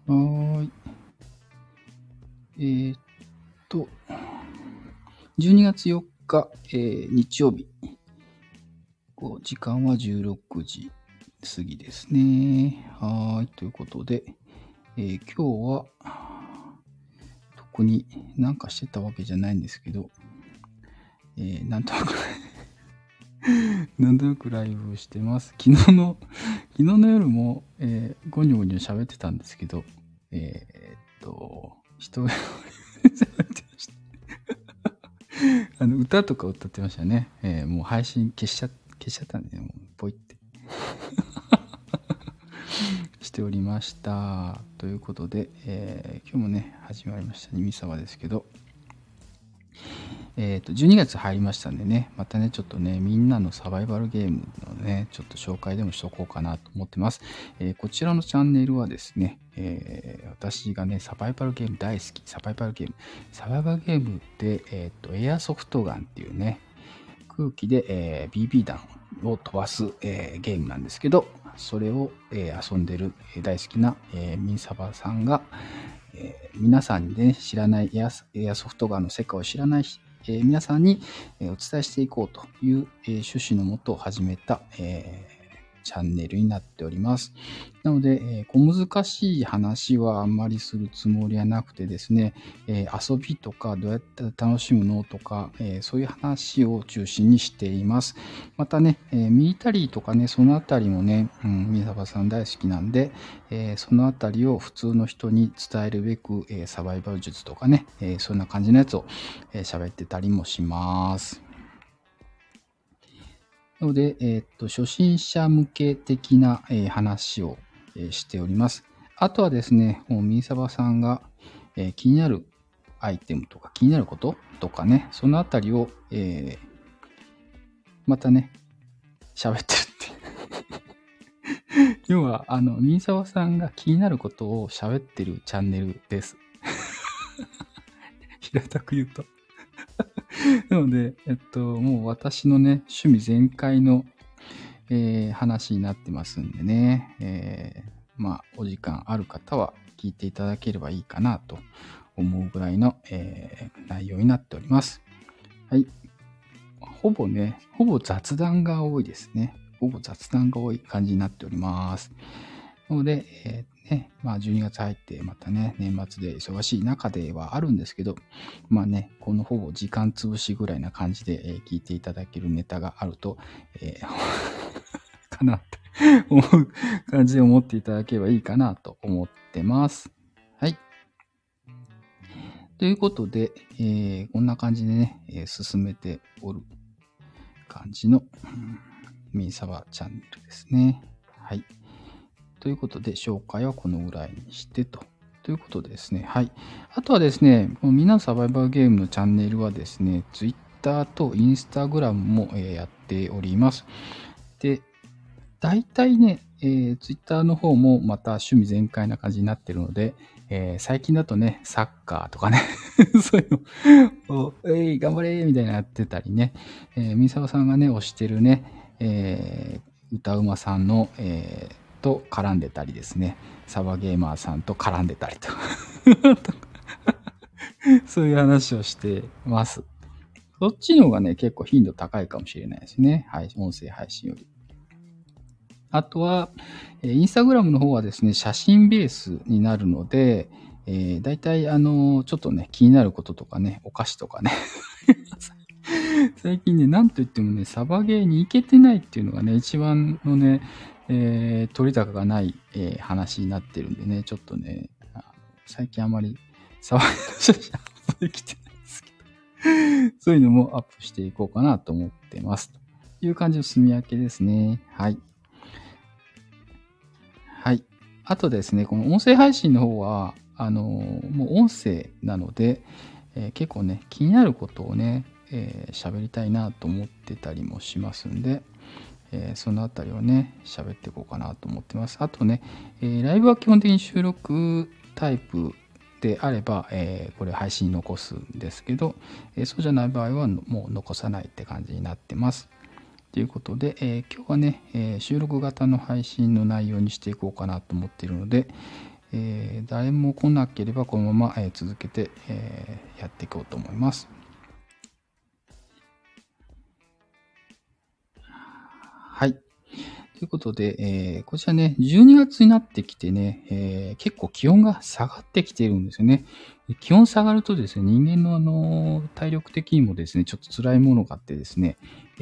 はーい。12月4日、日曜日。時間は16時過ぎですね。はーい。ということで、今日は、特になんかしてたわけじゃないんですけど、なんとなくなんとなくライブしてます。昨日の夜も、ゴニョゴニョ喋ってたんですけど、人が喋ってました。歌とか歌ってましたね。もう配信消しちゃったんで、もうポイってしておりました。ということで、今日もね、始まりましたね。三沢ですけど、12月入りましたんでね、またね、ちょっとね、みんなのサバイバルゲームのね、ちょっと紹介でもしとこうかなと思ってます。こちらのチャンネルはですね、私がね、サバイバルゲーム大好き、サバイバルゲームで、エアソフトガンっていうね、空気で、BB 弾を飛ばす、ゲームなんですけど、それを、遊んでる、大好きな、ミンサバさんが、皆さんにね、知らないエアソフトガンの世界を知らない皆さんにお伝えしていこうという趣旨のもと始めたチャンネルになっております。なので、小難しい話はあんまりするつもりはなくてですね、遊びとかどうやって楽しむのとか、そういう話を中心にしています。またね、ミリタリーとかね、そのあたりもね、宮沢さん大好きなんで、そのあたりを普通の人に伝えるべく、サバイバル術とかね、そんな感じのやつを喋ってたりもします。なので、初心者向け的な、話を、しております。あとはですね、ミーサバさんが、気になるアイテムとか気になることとかね、そのあたりを、またね、喋ってるっていう。要は、ミーサバさんが気になることを喋ってるチャンネルです。平たく言うと。なので、もう私のね、趣味全開の、話になってますんでね、お時間ある方は聞いていただければいいかなと思うぐらいの、内容になっております。はい。ほぼ雑談が多いですね。ほぼ雑談が多い感じになっております。なので、12月入ってまたね、年末で忙しい中ではあるんですけど、このほぼ時間潰しぐらいな感じで、聞いていただけるネタがあると、かなって思う感じで思っていただければいいかなと思ってます。はい。ということで、こんな感じでね、進めておる感じの、ミーサバチャンネルですね。はい。ということで、紹介はこのぐらいにしてということでですね。はい。あとはですね、このみんなのサバイバルゲームのチャンネルはですね、Twitter と Instagram もやっております。で、大体ね、Twitter の方もまた趣味全開な感じになってるので、最近だとね、サッカーとかね、そういうのを、頑張れみたいなやってたりね、みさおさんがね、推してるね、歌うまさんの、と絡んでたりですね、サバゲーマーさんと絡んでたりと、そういう話をしてます。そっちの方がね、結構頻度高いかもしれないですね。はい、音声配信より。あとは、インスタグラムの方はですね、写真ベースになるので、大体、ちょっとね、気になることとかね、お菓子とかね。最近ね、なんといってもね、サバゲーに行けてないっていうのがね、一番のね、取り高がない、話になってるんでね、ちょっとね、最近あまりサバゲーの写真アップできてないんですけど、そういうのもアップしていこうかなと思ってます。という感じの住み分けですね。はい。はい。あとですね、この音声配信の方は、もう音声なので、結構ね、気になることをね、喋りたいなと思ってたりもしますんで、そのあたりをね、喋っていこうかなと思ってます。あとね、ライブは基本的に収録タイプであれば、これ配信に残すんですけど、そうじゃない場合はもう残さないって感じになってます。ということで、今日はね、収録型の配信の内容にしていこうかなと思っているので、 誰も来なければこのまま、続けて、やっていこうと思います。はい。ということで、こちらね、12月になってきてね、結構気温が下がってきているんですよね。気温下がるとですね、人間の体力的にもですね、ちょっと辛いものがあってですね、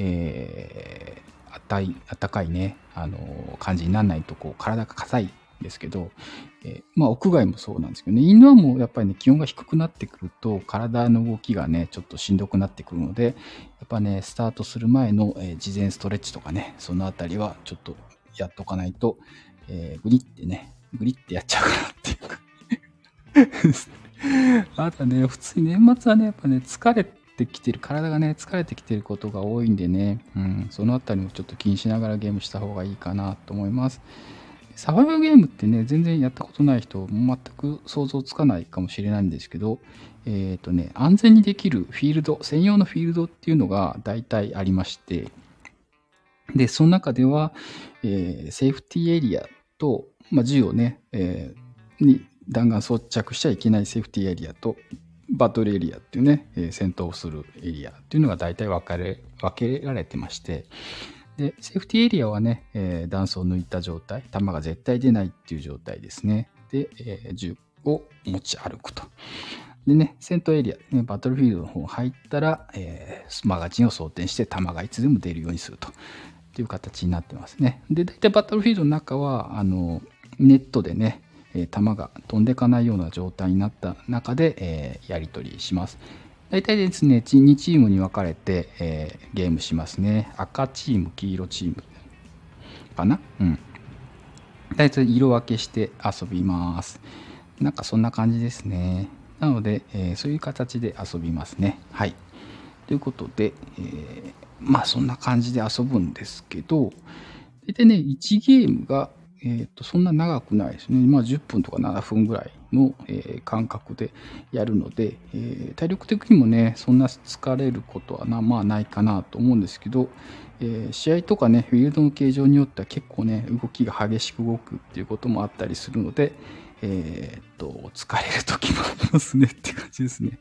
暖かいね、感じにならないと、体が硬いんですけど、屋外もそうなんですけどね、インドアもやっぱりね、気温が低くなってくると、体の動きがね、ちょっとしんどくなってくるので、やっぱね、スタートする前の、事前ストレッチとかね、そのあたりはちょっとやっとかないと、グリってやっちゃうかなっていうか。あとね、普通に年末はね、やっぱね、体がね、疲れてきてることが多いんでね、そのあたりもちょっと気にしながらゲームした方がいいかなと思います。サバイバルゲームってね、全然やったことない人、全く想像つかないかもしれないんですけど、安全にできるフィールド、専用のフィールドっていうのが大体ありまして、で、その中では、セーフティーエリアと、銃をね、に弾丸装着しちゃいけないセーフティーエリアと、バトルエリアっていうね、戦闘をするエリアっていうのが大体分けられてまして、で、セーフティーエリアはね、弾倉を抜いた状態、弾が絶対出ないっていう状態ですね。で、銃を持ち歩くと。でね、戦闘エリア、ね、バトルフィールドの方入ったら、マガジンを装填して弾がいつでも出るようにすると。っていう形になってますね。で、大体バトルフィールドの中は、ネットでね、弾が飛んでいかないような状態になった中で、やり取りします。大体ですね、2チームに分かれて、ゲームしますね。赤チーム、黄色チームかな。大体色分けして遊びます。なんかそんな感じですね。なので、そういう形で遊びますね。はい。ということで、そんな感じで遊ぶんですけど、大体ね、1ゲームが、そんな長くないですね。10分とか7分ぐらいの、間隔でやるので、体力的にもね、そんな疲れることはないかなと思うんですけど、試合とかね、フィールドの形状によっては結構ね、動きが激しく動くっていうこともあったりするので、疲れる時もありますねって感じですね。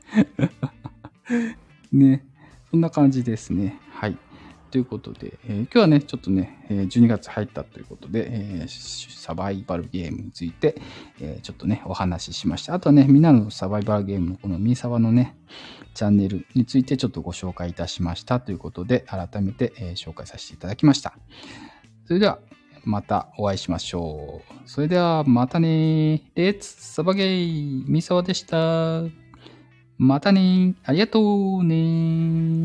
ね、そんな感じですね。はい。ということで、今日はね、ちょっとね、12月入ったということで、サバイバルゲームについて、ちょっとね、お話ししました。あとはね、みんなのサバイバルゲームのこのミーサバのね、チャンネルについてちょっとご紹介いたしましたということで、改めて、紹介させていただきました。それでは、またお会いしましょう。それでは、またね。レッツサバゲーミーサバでした。またね。ありがとうね。